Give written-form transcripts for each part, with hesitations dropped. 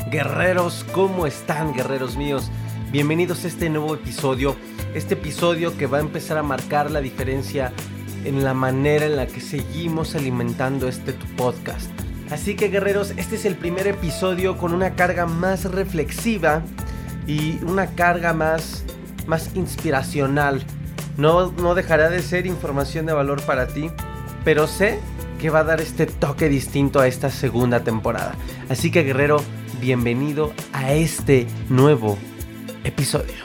Guerreros, ¿cómo están, guerreros míos? Bienvenidos a este nuevo episodio, que va a empezar a marcar la diferencia en la manera en la que seguimos alimentando tu podcast. Así que, guerreros, este es el primer episodio con una carga más reflexiva y una carga más inspiracional. No dejará de ser información de valor para ti, pero sé que va a dar este toque distinto a esta segunda temporada. Así que, guerrero, bienvenido a este nuevo episodio.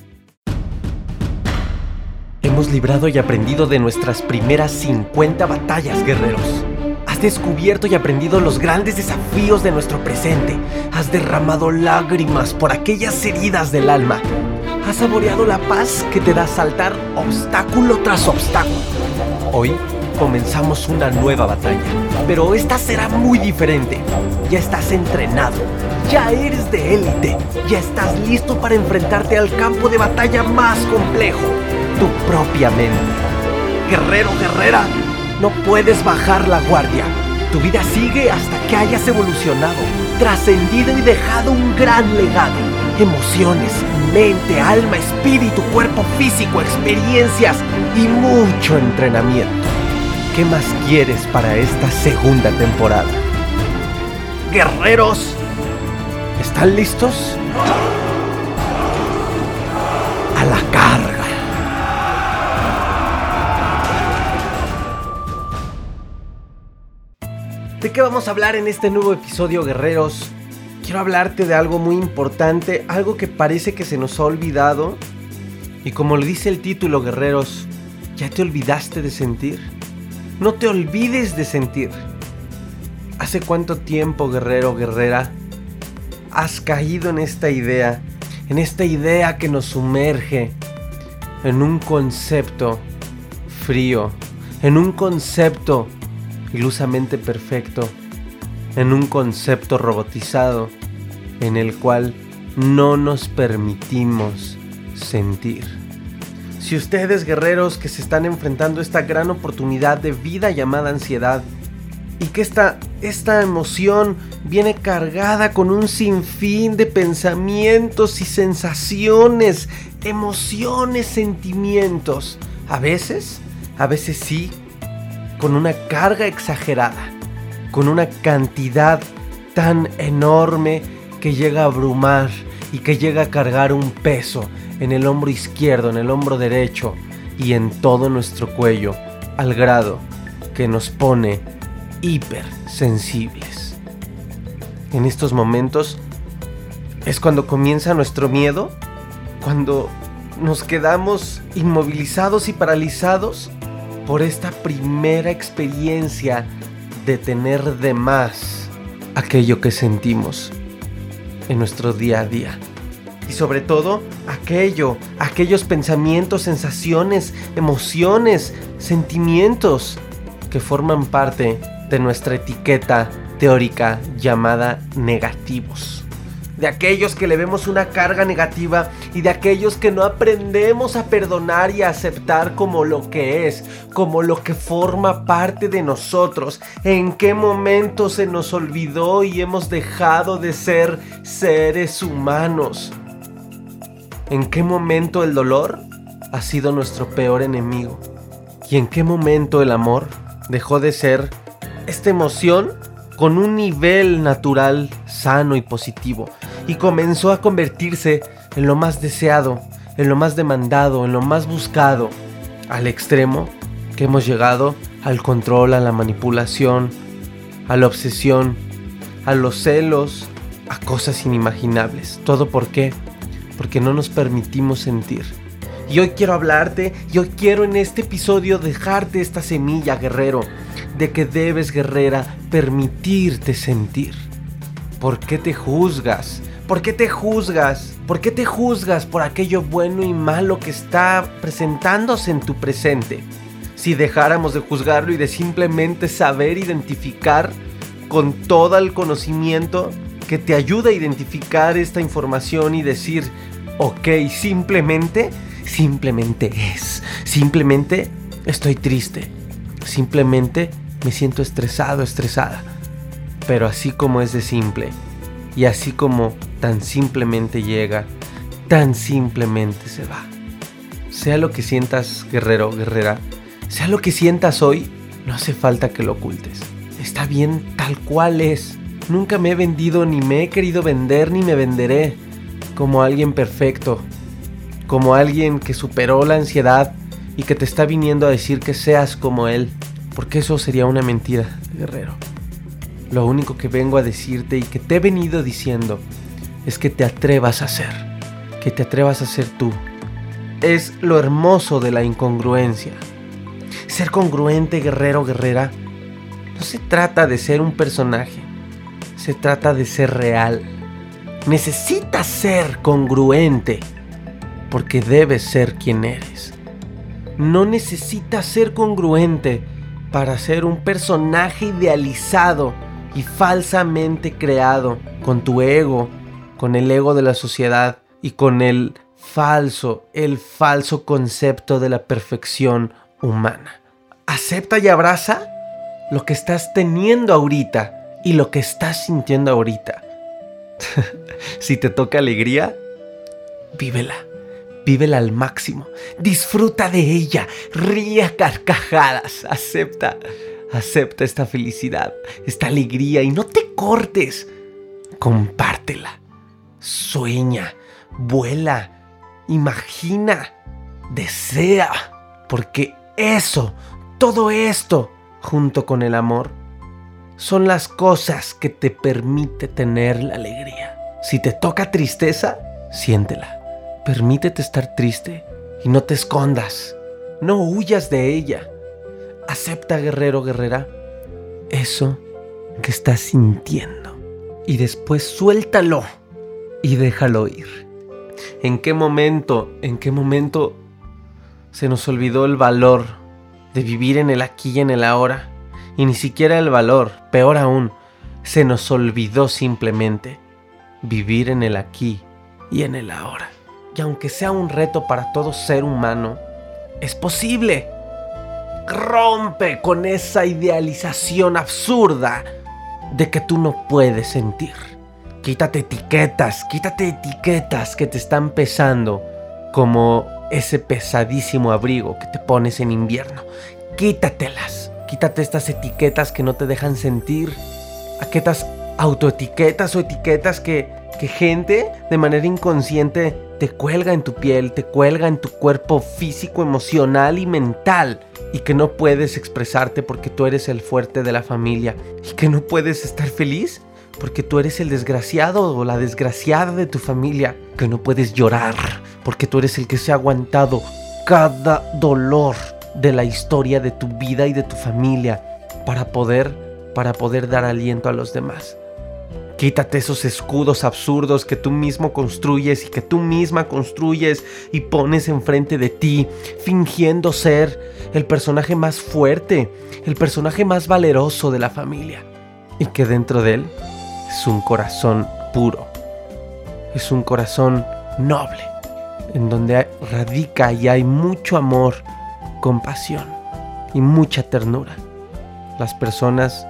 Hemos librado y aprendido de nuestras primeras 50 batallas, guerreros. Has descubierto y aprendido los grandes desafíos de nuestro presente. Has derramado lágrimas por aquellas heridas del alma. Has saboreado la paz que te da saltar obstáculo tras obstáculo. Hoy comenzamos una nueva batalla, pero esta será muy diferente. Ya estás entrenado, ya eres de élite, ya estás listo para enfrentarte al campo de batalla más complejo, tu propia mente. Guerrero, guerrera, no puedes bajar la guardia. Tu vida sigue hasta que hayas evolucionado, trascendido y dejado un gran legado. Emociones, mente, alma, espíritu, cuerpo físico, experiencias y mucho entrenamiento. ¿Qué más quieres para esta segunda temporada? Guerreros, ¿están listos? A la carga. ¿De qué vamos a hablar en este nuevo episodio, guerreros? Quiero hablarte de algo muy importante, algo que parece que se nos ha olvidado. Y como le dice el título, guerreros, ¿ya te olvidaste de sentir? No te olvides de sentir. ¿Hace cuánto tiempo, guerrero, guerrera, has caído en esta idea que nos sumerge en un concepto frío, en un concepto ilusamente perfecto, en un concepto robotizado, en el cual no nos permitimos sentir? Si ustedes, guerreros, que se están enfrentando a esta gran oportunidad de vida llamada ansiedad, y que esta emoción viene cargada con un sinfín de pensamientos y sensaciones, emociones, sentimientos, a veces sí, con una carga exagerada, con una cantidad tan enorme que llega a abrumar y que llega a cargar un peso en el hombro izquierdo, en el hombro derecho y en todo nuestro cuello, al grado que nos pone hipersensibles. En estos momentos es cuando comienza nuestro miedo, cuando nos quedamos inmovilizados y paralizados por esta primera experiencia de tener de más aquello que sentimos en nuestro día a día. Y sobre todo aquellos pensamientos, sensaciones, emociones, sentimientos que forman parte de nuestra etiqueta teórica llamada negativos. De aquellos que le vemos una carga negativa y de aquellos que no aprendemos a perdonar y a aceptar como lo que es, como lo que forma parte de nosotros. ¿En qué momento se nos olvidó y hemos dejado de ser seres humanos? ¿En qué momento el dolor ha sido nuestro peor enemigo? ¿Y en qué momento el amor dejó de ser esta emoción con un nivel natural, sano y positivo, y comenzó a convertirse en lo más deseado, en lo más demandado, en lo más buscado, al extremo que hemos llegado al control, a la manipulación, a la obsesión, a los celos, a cosas inimaginables? ¿Todo por qué? Porque no nos permitimos sentir. Y hoy quiero hablarte, en este episodio dejarte esta semilla, guerrero, de que debes, guerrera, permitirte sentir. ¿Por qué te juzgas? ¿Por qué te juzgas? ¿Por qué te juzgas por aquello bueno y malo que está presentándose en tu presente? Si dejáramos de juzgarlo y de simplemente saber identificar con todo el conocimiento que te ayuda a identificar esta información y decir, ok, simplemente estoy triste, simplemente me siento estresado, estresada. Pero así como es de simple Y así como tan simplemente llega, tan simplemente se va. Sea lo que sientas, guerrero, guerrera, sea lo que sientas hoy, no hace falta que lo ocultes. Está bien tal cual es. Nunca me he vendido, ni me he querido vender, ni me venderé como alguien perfecto, como alguien que superó la ansiedad y que te está viniendo a decir que seas como él, porque eso sería una mentira, guerrero. Lo único que vengo a decirte y que te he venido diciendo es que te atrevas a ser, que te atrevas a ser tú. Es lo hermoso de la incongruencia. Ser congruente, guerrero, guerrera, no se trata de ser un personaje, se trata de ser real. Necesitas ser congruente porque debes ser quien eres. No necesitas ser congruente para ser un personaje idealizado y falsamente creado con tu ego, con el ego de la sociedad y con el falso concepto de la perfección humana. Acepta y abraza lo que estás teniendo ahorita y lo que estás sintiendo ahorita. Si te toca alegría, vívela. Vívela al máximo. Disfruta de ella. Ríe a carcajadas. Acepta esta felicidad, esta alegría y no te cortes. Compártela. Sueña, vuela, imagina, desea. Porque eso, todo esto, junto con el amor, son las cosas que te permite tener la alegría. Si te toca tristeza, siéntela. Permítete estar triste y no te escondas. No huyas de ella. Acepta, guerrero, guerrera, eso que estás sintiendo. Y después suéltalo y déjalo ir. ¿En qué momento se nos olvidó el valor de vivir en el aquí y en el ahora? Y ni siquiera el valor, peor aún, se nos olvidó simplemente vivir en el aquí y en el ahora. Y aunque sea un reto para todo ser humano, es posible. Rompe con esa idealización absurda de que tú no puedes sentir. Quítate etiquetas que te están pesando, como ese pesadísimo abrigo que te pones en invierno. Quítatelas. Quítate estas etiquetas que no te dejan sentir. Aquellas autoetiquetas o etiquetas que gente de manera inconsciente te cuelga en tu piel, te cuelga en tu cuerpo físico, emocional y mental, y que no puedes expresarte porque tú eres el fuerte de la familia, y que no puedes estar feliz porque tú eres el desgraciado o la desgraciada de tu familia, que no puedes llorar porque tú eres el que se ha aguantado cada dolor de la historia de tu vida y de tu familia para poder dar aliento a los demás. Quítate esos escudos absurdos que tú mismo construyes y que tú misma construyes y pones enfrente de ti, fingiendo ser el personaje más fuerte, el personaje más valeroso de la familia. Y que dentro de él es un corazón puro, es un corazón noble, en donde radica y hay mucho amor, compasión y mucha ternura. Las personas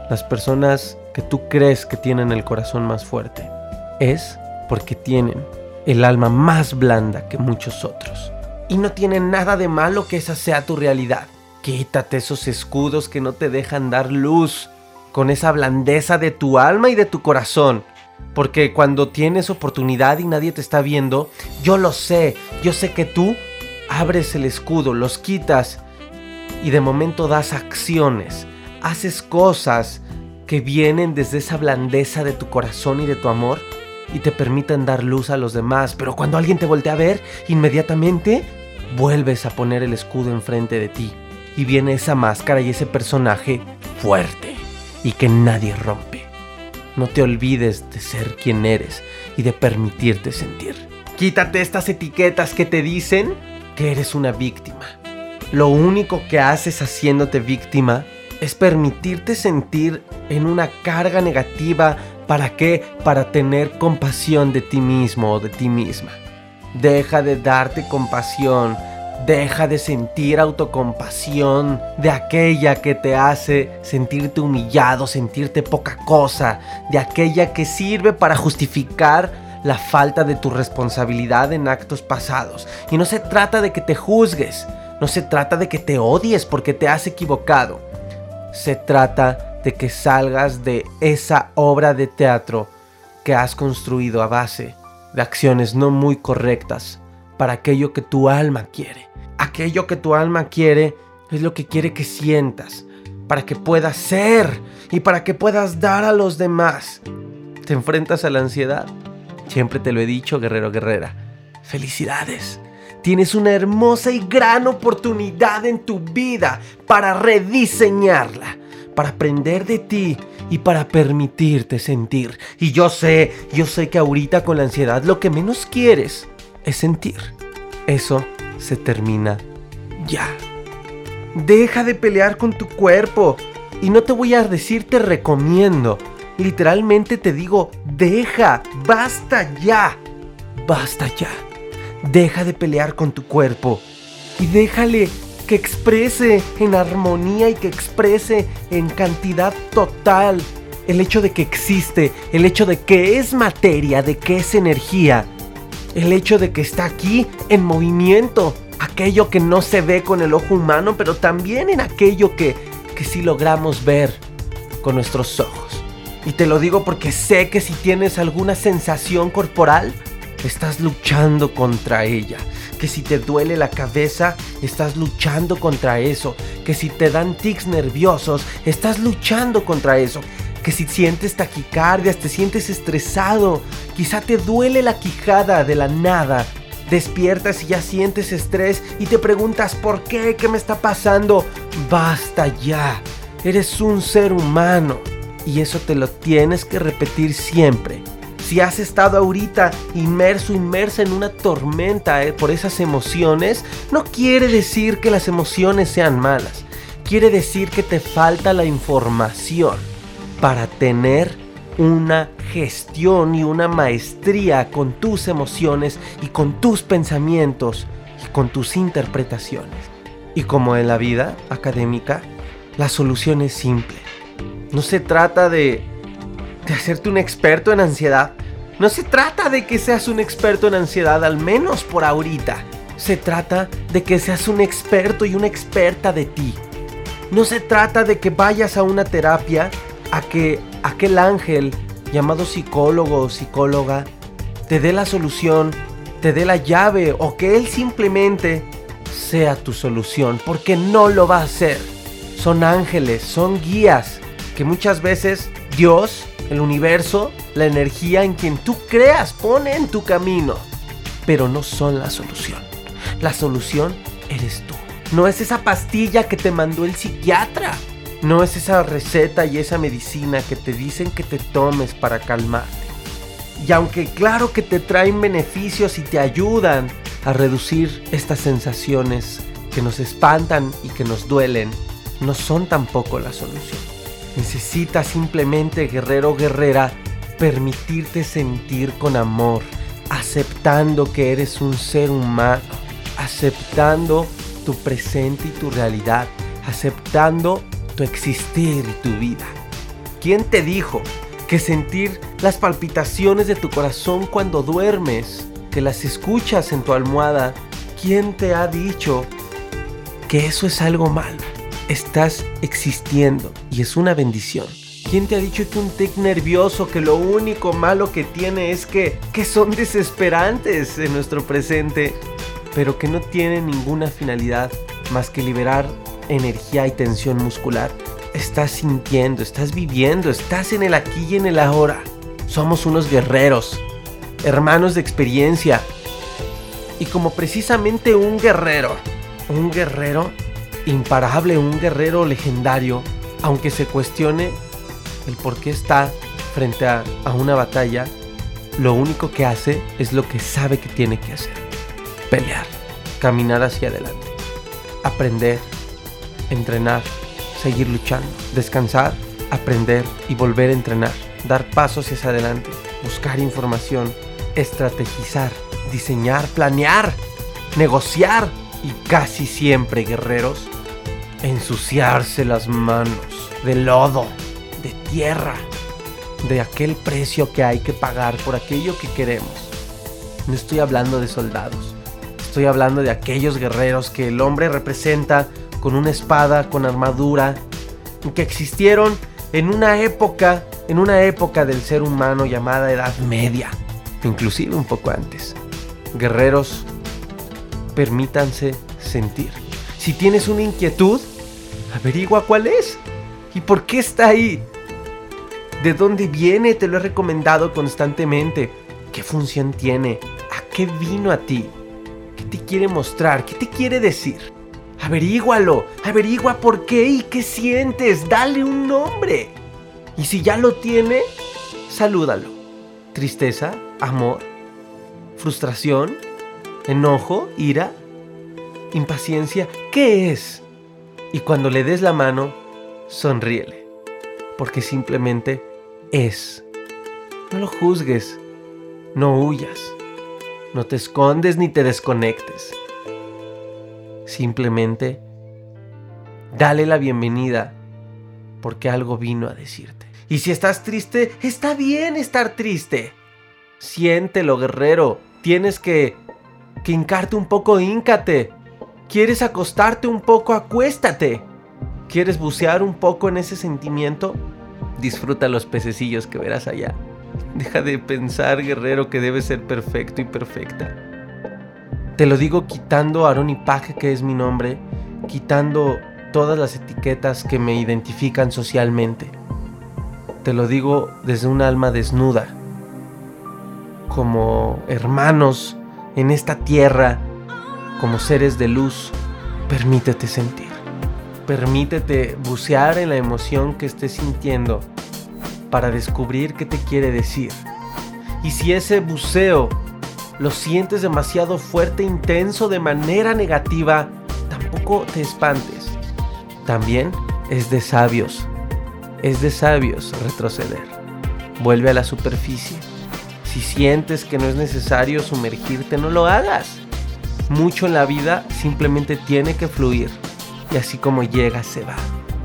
que tú crees que tienen el corazón más fuerte es porque tienen el alma más blanda que muchos otros. Y no tiene nada de malo que esa sea tu realidad. Quítate esos escudos que no te dejan dar luz con esa blandeza de tu alma y de tu corazón. Porque cuando tienes oportunidad y nadie te está viendo, yo sé que tú abres el escudo, los quitas y de momento das acciones, haces cosas que vienen desde esa blandeza de tu corazón y de tu amor y te permiten dar luz a los demás. Pero cuando alguien te voltea a ver, inmediatamente vuelves a poner el escudo enfrente de ti y viene esa máscara y ese personaje fuerte y que nadie rompe. No te olvides de ser quien eres y de permitirte sentir. Quítate estas etiquetas que te dicen que eres una víctima. Lo único que haces haciéndote víctima es permitirte sentir en una carga negativa. ¿Para qué? Para tener compasión de ti mismo o de ti misma. Deja de darte compasión, Deja de sentir autocompasión de aquella que te hace sentirte humillado, sentirte poca cosa, de aquella que sirve para justificar la falta de tu responsabilidad en actos pasados. Y no se trata de que te juzgues, no se trata de que te odies porque te has equivocado. Se trata de que salgas de esa obra de teatro que has construido a base de acciones no muy correctas para aquello que tu alma quiere. Aquello que tu alma quiere es lo que quiere que sientas, para que puedas ser y para que puedas dar a los demás. ¿Te enfrentas a la ansiedad? Siempre te lo he dicho, guerrero, guerrera. ¡Felicidades! Tienes una hermosa y gran oportunidad en tu vida para rediseñarla, para aprender de ti y para permitirte sentir. Y yo sé que ahorita con la ansiedad lo que menos quieres es sentir. Eso se termina ya. Deja de pelear con tu cuerpo. Y no te voy a decir te recomiendo. Literalmente te digo, basta ya. Basta ya. Deja de pelear con tu cuerpo y déjale que exprese en armonía y que exprese en cantidad total el hecho de que existe, el hecho de que es materia, de que es energía, el hecho de que está aquí en movimiento, aquello que no se ve con el ojo humano, pero también en aquello que sí logramos ver con nuestros ojos. Y te lo digo porque sé que si tienes alguna sensación corporal, estás luchando contra ella. Que si te duele la cabeza, estás luchando contra eso. Que si te dan tics nerviosos, estás luchando contra eso. Que si sientes taquicardias, te sientes estresado, quizá te duele la quijada de la nada. Despiertas y ya sientes estrés y te preguntas ¿por qué? ¿Qué me está pasando? Basta ya. Eres un ser humano y eso te lo tienes que repetir siempre. Si has estado ahorita inmersa en una tormenta por esas emociones, no quiere decir que las emociones sean malas. Quiere decir que te falta la información para tener una gestión y una maestría con tus emociones y con tus pensamientos y con tus interpretaciones. Y como en la vida académica, la solución es simple. No se trata de hacerte un experto en ansiedad. No se trata de que seas un experto en ansiedad, al menos por ahorita. Se trata de que seas un experto y una experta de ti. No se trata de que vayas a una terapia, a que aquel ángel llamado psicólogo o psicóloga te dé la solución, te dé la llave o que él simplemente sea tu solución, porque no lo va a hacer. Son ángeles, son guías que muchas veces Dios, el universo, la energía en quien tú creas pone en tu camino, pero no son la solución. La solución eres tú. No es esa pastilla que te mandó el psiquiatra. No es esa receta y esa medicina que te dicen que te tomes para calmarte. Y aunque claro que te traen beneficios y te ayudan a reducir estas sensaciones que nos espantan y que nos duelen, no son tampoco la solución. Necesitas simplemente, guerrero o guerrera, permitirte sentir con amor, aceptando que eres un ser humano, aceptando tu presente y tu realidad, aceptando tu existir y tu vida. ¿Quién te dijo que sentir las palpitaciones de tu corazón cuando duermes, que las escuchas en tu almohada, quién te ha dicho que eso es algo malo? Estás existiendo y es una bendición. ¿Quién te ha dicho que un tic nervioso, que lo único malo que tiene es que son desesperantes en nuestro presente, pero que no tienen ninguna finalidad más que liberar energía y tensión muscular? Estás sintiendo, estás viviendo, estás en el aquí y en el ahora. Somos unos guerreros, hermanos de experiencia. Y como precisamente un guerrero imparable, un guerrero legendario, aunque se cuestione el por qué está frente a una batalla, lo único que hace es lo que sabe que tiene que hacer: pelear, caminar hacia adelante, aprender, entrenar, seguir luchando, descansar, aprender y volver a entrenar, dar pasos hacia adelante, buscar información, estrategizar, diseñar, planear, negociar y casi siempre, guerreros, ensuciarse las manos de lodo, de tierra, de aquel precio que hay que pagar por aquello que queremos. No estoy hablando de soldados, estoy hablando de aquellos guerreros que el hombre representa con una espada, con armadura, y que existieron en una época del ser humano llamada Edad Media, inclusive un poco antes. Guerreros, permítanse sentir. Si tienes una inquietud, averigua cuál es y por qué está ahí. ¿De dónde viene? Te lo he recomendado constantemente. ¿Qué función tiene? ¿A qué vino a ti? ¿Qué te quiere mostrar? ¿Qué te quiere decir? Averígualo. Averigua por qué y qué sientes. Dale un nombre. Y si ya lo tiene, salúdalo. Tristeza, amor, frustración, enojo, ira, impaciencia. ¿Qué es? Y cuando le des la mano, sonríele. Porque simplemente es. No lo juzgues. No huyas. No te escondes ni te desconectes. Simplemente dale la bienvenida porque algo vino a decirte. Y si estás triste, está bien estar triste. Siéntelo, guerrero. Tienes que hincarte un poco, híncate. ¿Quieres acostarte un poco? Acuéstate. ¿Quieres bucear un poco en ese sentimiento? Disfruta los pececillos que verás allá. Deja de pensar, guerrero, que debes ser perfecto y perfecta. Te lo digo quitando Aarón Ipaje, que es mi nombre, quitando todas las etiquetas que me identifican socialmente. Te lo digo desde un alma desnuda, como hermanos en esta tierra, como seres de luz. Permítete sentir. Permítete bucear en la emoción que estés sintiendo para descubrir qué te quiere decir. Y si ese buceo lo sientes demasiado fuerte, intenso, de manera negativa, tampoco te espantes. También es de sabios retroceder. Vuelve a la superficie. Si sientes que no es necesario sumergirte, no lo hagas. Mucho en la vida simplemente tiene que fluir. Y así como llega, se va.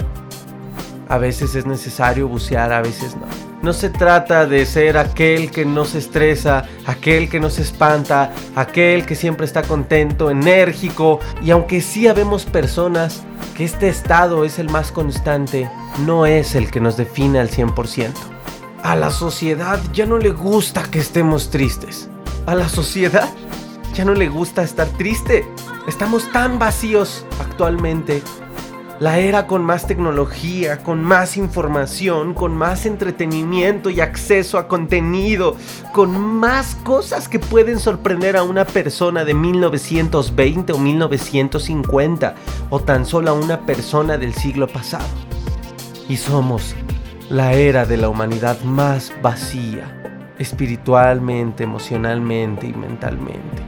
A veces es necesario bucear, a veces no. No se trata de ser aquel que no se estresa, aquel que no se espanta, aquel que siempre está contento, enérgico. Y aunque sí habemos personas que este estado es el más constante, no es el que nos define al 100%. A la sociedad ya no le gusta que estemos tristes. A la sociedad ya no le gusta estar triste. Estamos tan vacíos actualmente. La era con más tecnología, con más información, con más entretenimiento y acceso a contenido, con más cosas que pueden sorprender a una persona de 1920 o 1950 o tan solo a una persona del siglo pasado. Y somos la era de la humanidad más vacía, espiritualmente, emocionalmente y mentalmente.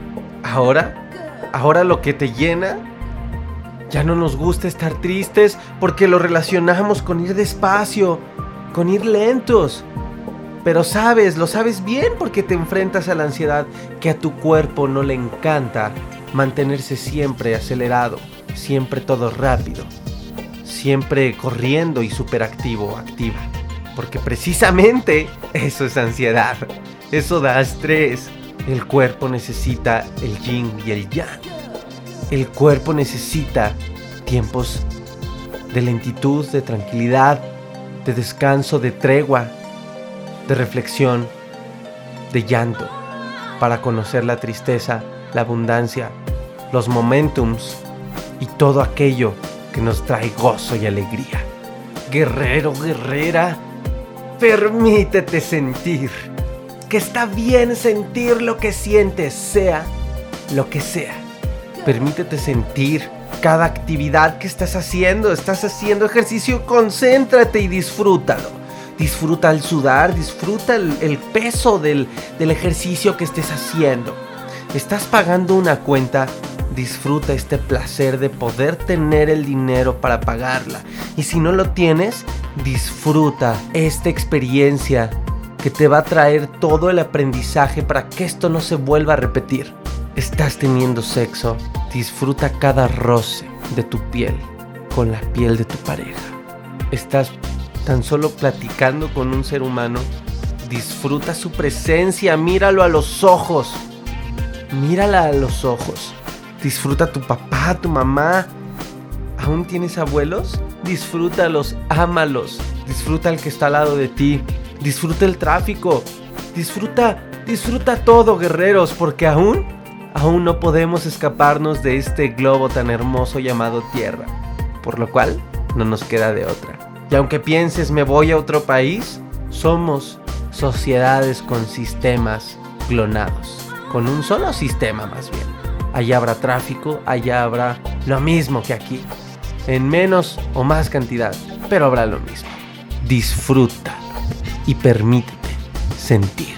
Ahora lo que te llena, ya no nos gusta estar tristes porque lo relacionamos con ir despacio, con ir lentos. Pero lo sabes bien porque te enfrentas a la ansiedad, que a tu cuerpo no le encanta mantenerse siempre acelerado, siempre todo rápido, siempre corriendo y superactivo o activa. Porque precisamente eso es ansiedad, eso da estrés. El cuerpo necesita el yin y el yang. El cuerpo necesita tiempos de lentitud, de tranquilidad, de descanso, de tregua, de reflexión, de llanto, para conocer la tristeza, la abundancia, los momentums y todo aquello que nos trae gozo y alegría. Guerrero, guerrera, permítete sentir, que está bien sentir lo que sientes, sea lo que sea. Permítete sentir cada actividad que estás haciendo ejercicio, concéntrate y disfrútalo. Disfruta el sudar, disfruta el peso del ejercicio que estés haciendo. Estás pagando una cuenta, disfruta este placer de poder tener el dinero para pagarla. Y si no lo tienes, disfruta esta experiencia que te va a traer todo el aprendizaje para que esto no se vuelva a repetir. estás teniendo sexo, disfruta cada roce de tu piel con la piel de tu pareja. Estás tan solo platicando con un ser humano, disfruta su presencia, míralo a los ojos. Mírala a los ojos. Disfruta a tu papá, a tu mamá. ¿Aún tienes abuelos? Disfrútalos, ámalos. Disfruta al que está al lado de ti. Disfruta el tráfico. Disfruta todo, guerreros, porque aún no podemos escaparnos de este globo tan hermoso llamado Tierra. Por lo cual, no nos queda de otra. Y aunque pienses, me voy a otro país, somos sociedades con sistemas clonados. Con un solo sistema más bien. Allá habrá tráfico, allá habrá lo mismo que aquí. En menos o más cantidad, pero habrá lo mismo. Disfruta y permítete sentir.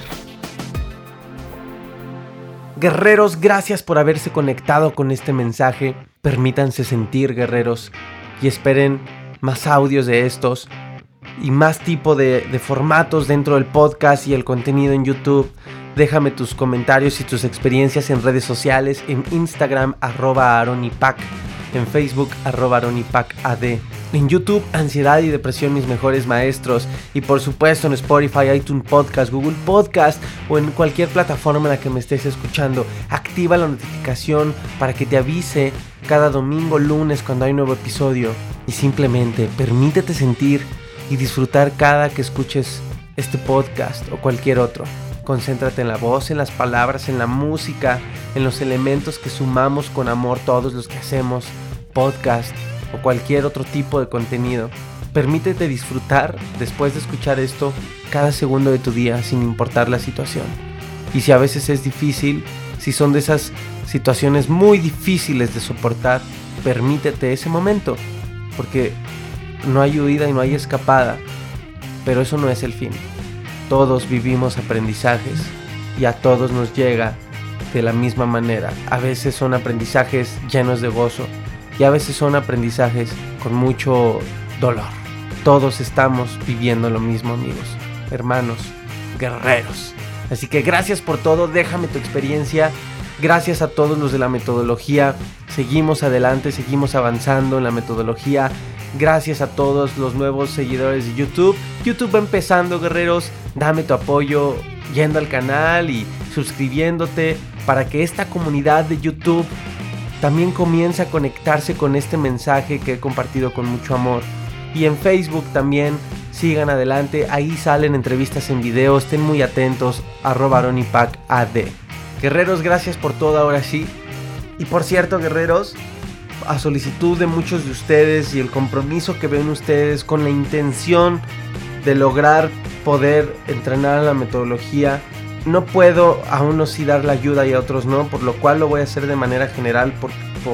Guerreros, gracias por haberse conectado con este mensaje. Permítanse sentir, guerreros, y esperen más audios de estos y más tipo de formatos dentro del podcast y el contenido en YouTube. Déjame tus comentarios y tus experiencias en redes sociales, en Instagram @aronipac, en Facebook @aronipacad, en YouTube Ansiedad y Depresión mis mejores maestros, y por supuesto en Spotify, iTunes Podcast, Google Podcast o en cualquier plataforma en la que me estés escuchando. Activa la notificación para que te avise cada domingo, lunes cuando hay un nuevo episodio, y simplemente permítete sentir y disfrutar cada que escuches este podcast o cualquier otro. Concéntrate en la voz, en las palabras, en la música, en los elementos que sumamos con amor todos los que hacemos podcast o cualquier otro tipo de contenido. Permítete disfrutar después de escuchar esto cada segundo de tu día sin importar la situación. Y si a veces es difícil, si son de esas situaciones muy difíciles de soportar, permítete ese momento, porque no hay huida y no hay escapada, pero eso no es el fin. Todos vivimos aprendizajes y a todos nos llega de la misma manera. A veces son aprendizajes llenos de gozo y a veces son aprendizajes con mucho dolor. Todos estamos viviendo lo mismo, amigos, hermanos, guerreros. Así que gracias por todo, déjame tu experiencia. Gracias a todos los de la metodología. Seguimos adelante, seguimos avanzando en la metodología. Gracias a todos los nuevos seguidores de YouTube. YouTube va empezando, guerreros. Dame tu apoyo yendo al canal y suscribiéndote para que esta comunidad de YouTube también comience a conectarse con este mensaje que he compartido con mucho amor. Y en Facebook también sigan adelante. Ahí salen entrevistas en video. Estén muy atentos. @aronipacad. Guerreros, gracias por todo ahora sí. Y por cierto, guerreros, a solicitud de muchos de ustedes y el compromiso que ven ustedes con la intención de lograr poder entrenar la metodología, no puedo a unos sí dar la ayuda y a otros no, por lo cual lo voy a hacer de manera general por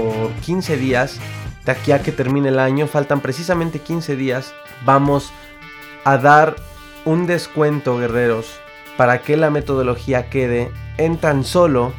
15 días. De aquí a que termine el año, faltan precisamente 15 días. Vamos a dar un descuento, guerreros, para que la metodología quede en tan solo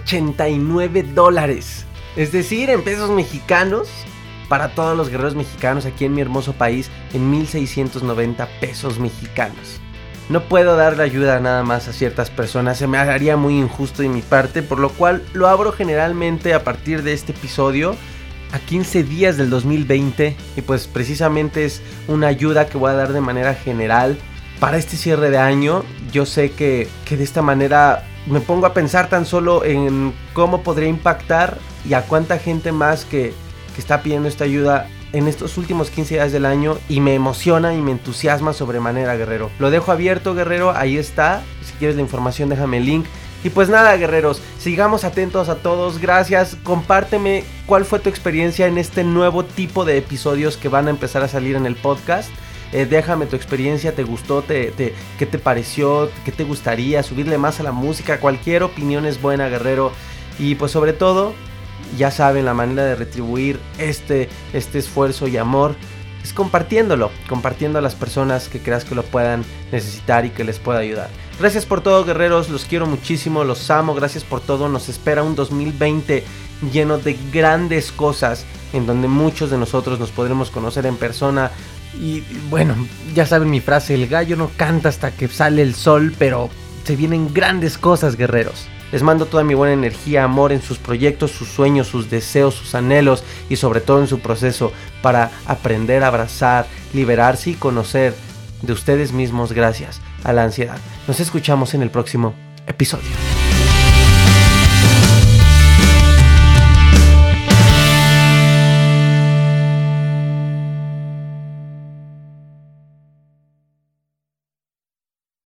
$89. Es decir, en pesos mexicanos, para todos los guerreros mexicanos aquí en mi hermoso país, en 1,690 pesos mexicanos. No puedo darle ayuda nada más a ciertas personas, se me haría muy injusto de mi parte, por lo cual lo abro generalmente a partir de este episodio a 15 días del 2020, y pues precisamente es una ayuda que voy a dar de manera general para este cierre de año. Yo sé que de esta manera me pongo a pensar tan solo en cómo podría impactar y a cuánta gente más que está pidiendo esta ayuda en estos últimos 15 días del año, y me emociona y me entusiasma sobremanera, guerrero. Lo dejo abierto, guerrero, ahí está. Si quieres la información, déjame el link. Y pues nada, guerreros, sigamos atentos a todos. Gracias, compárteme cuál fue tu experiencia en este nuevo tipo de episodios que van a empezar a salir en el podcast. Déjame tu experiencia, ¿te gustó? ¿Qué te pareció? ¿Qué te gustaría? ¿Subirle más a la música? Cualquier opinión es buena, guerrero. Y pues sobre todo, ya saben, la manera de retribuir este esfuerzo y amor es compartiendo a las personas que creas que lo puedan necesitar y que les pueda ayudar. Gracias por todo, guerreros, los quiero muchísimo, los amo, gracias por todo. Nos espera un 2020 lleno de grandes cosas, en donde muchos de nosotros nos podremos conocer en persona. Y bueno, ya saben mi frase, el gallo no canta hasta que sale el sol, pero se vienen grandes cosas, guerreros. Les mando toda mi buena energía, amor en sus proyectos, sus sueños, sus deseos, sus anhelos y sobre todo en su proceso para aprender a abrazar, liberarse y conocer de ustedes mismos gracias a la ansiedad. Nos escuchamos en el próximo episodio.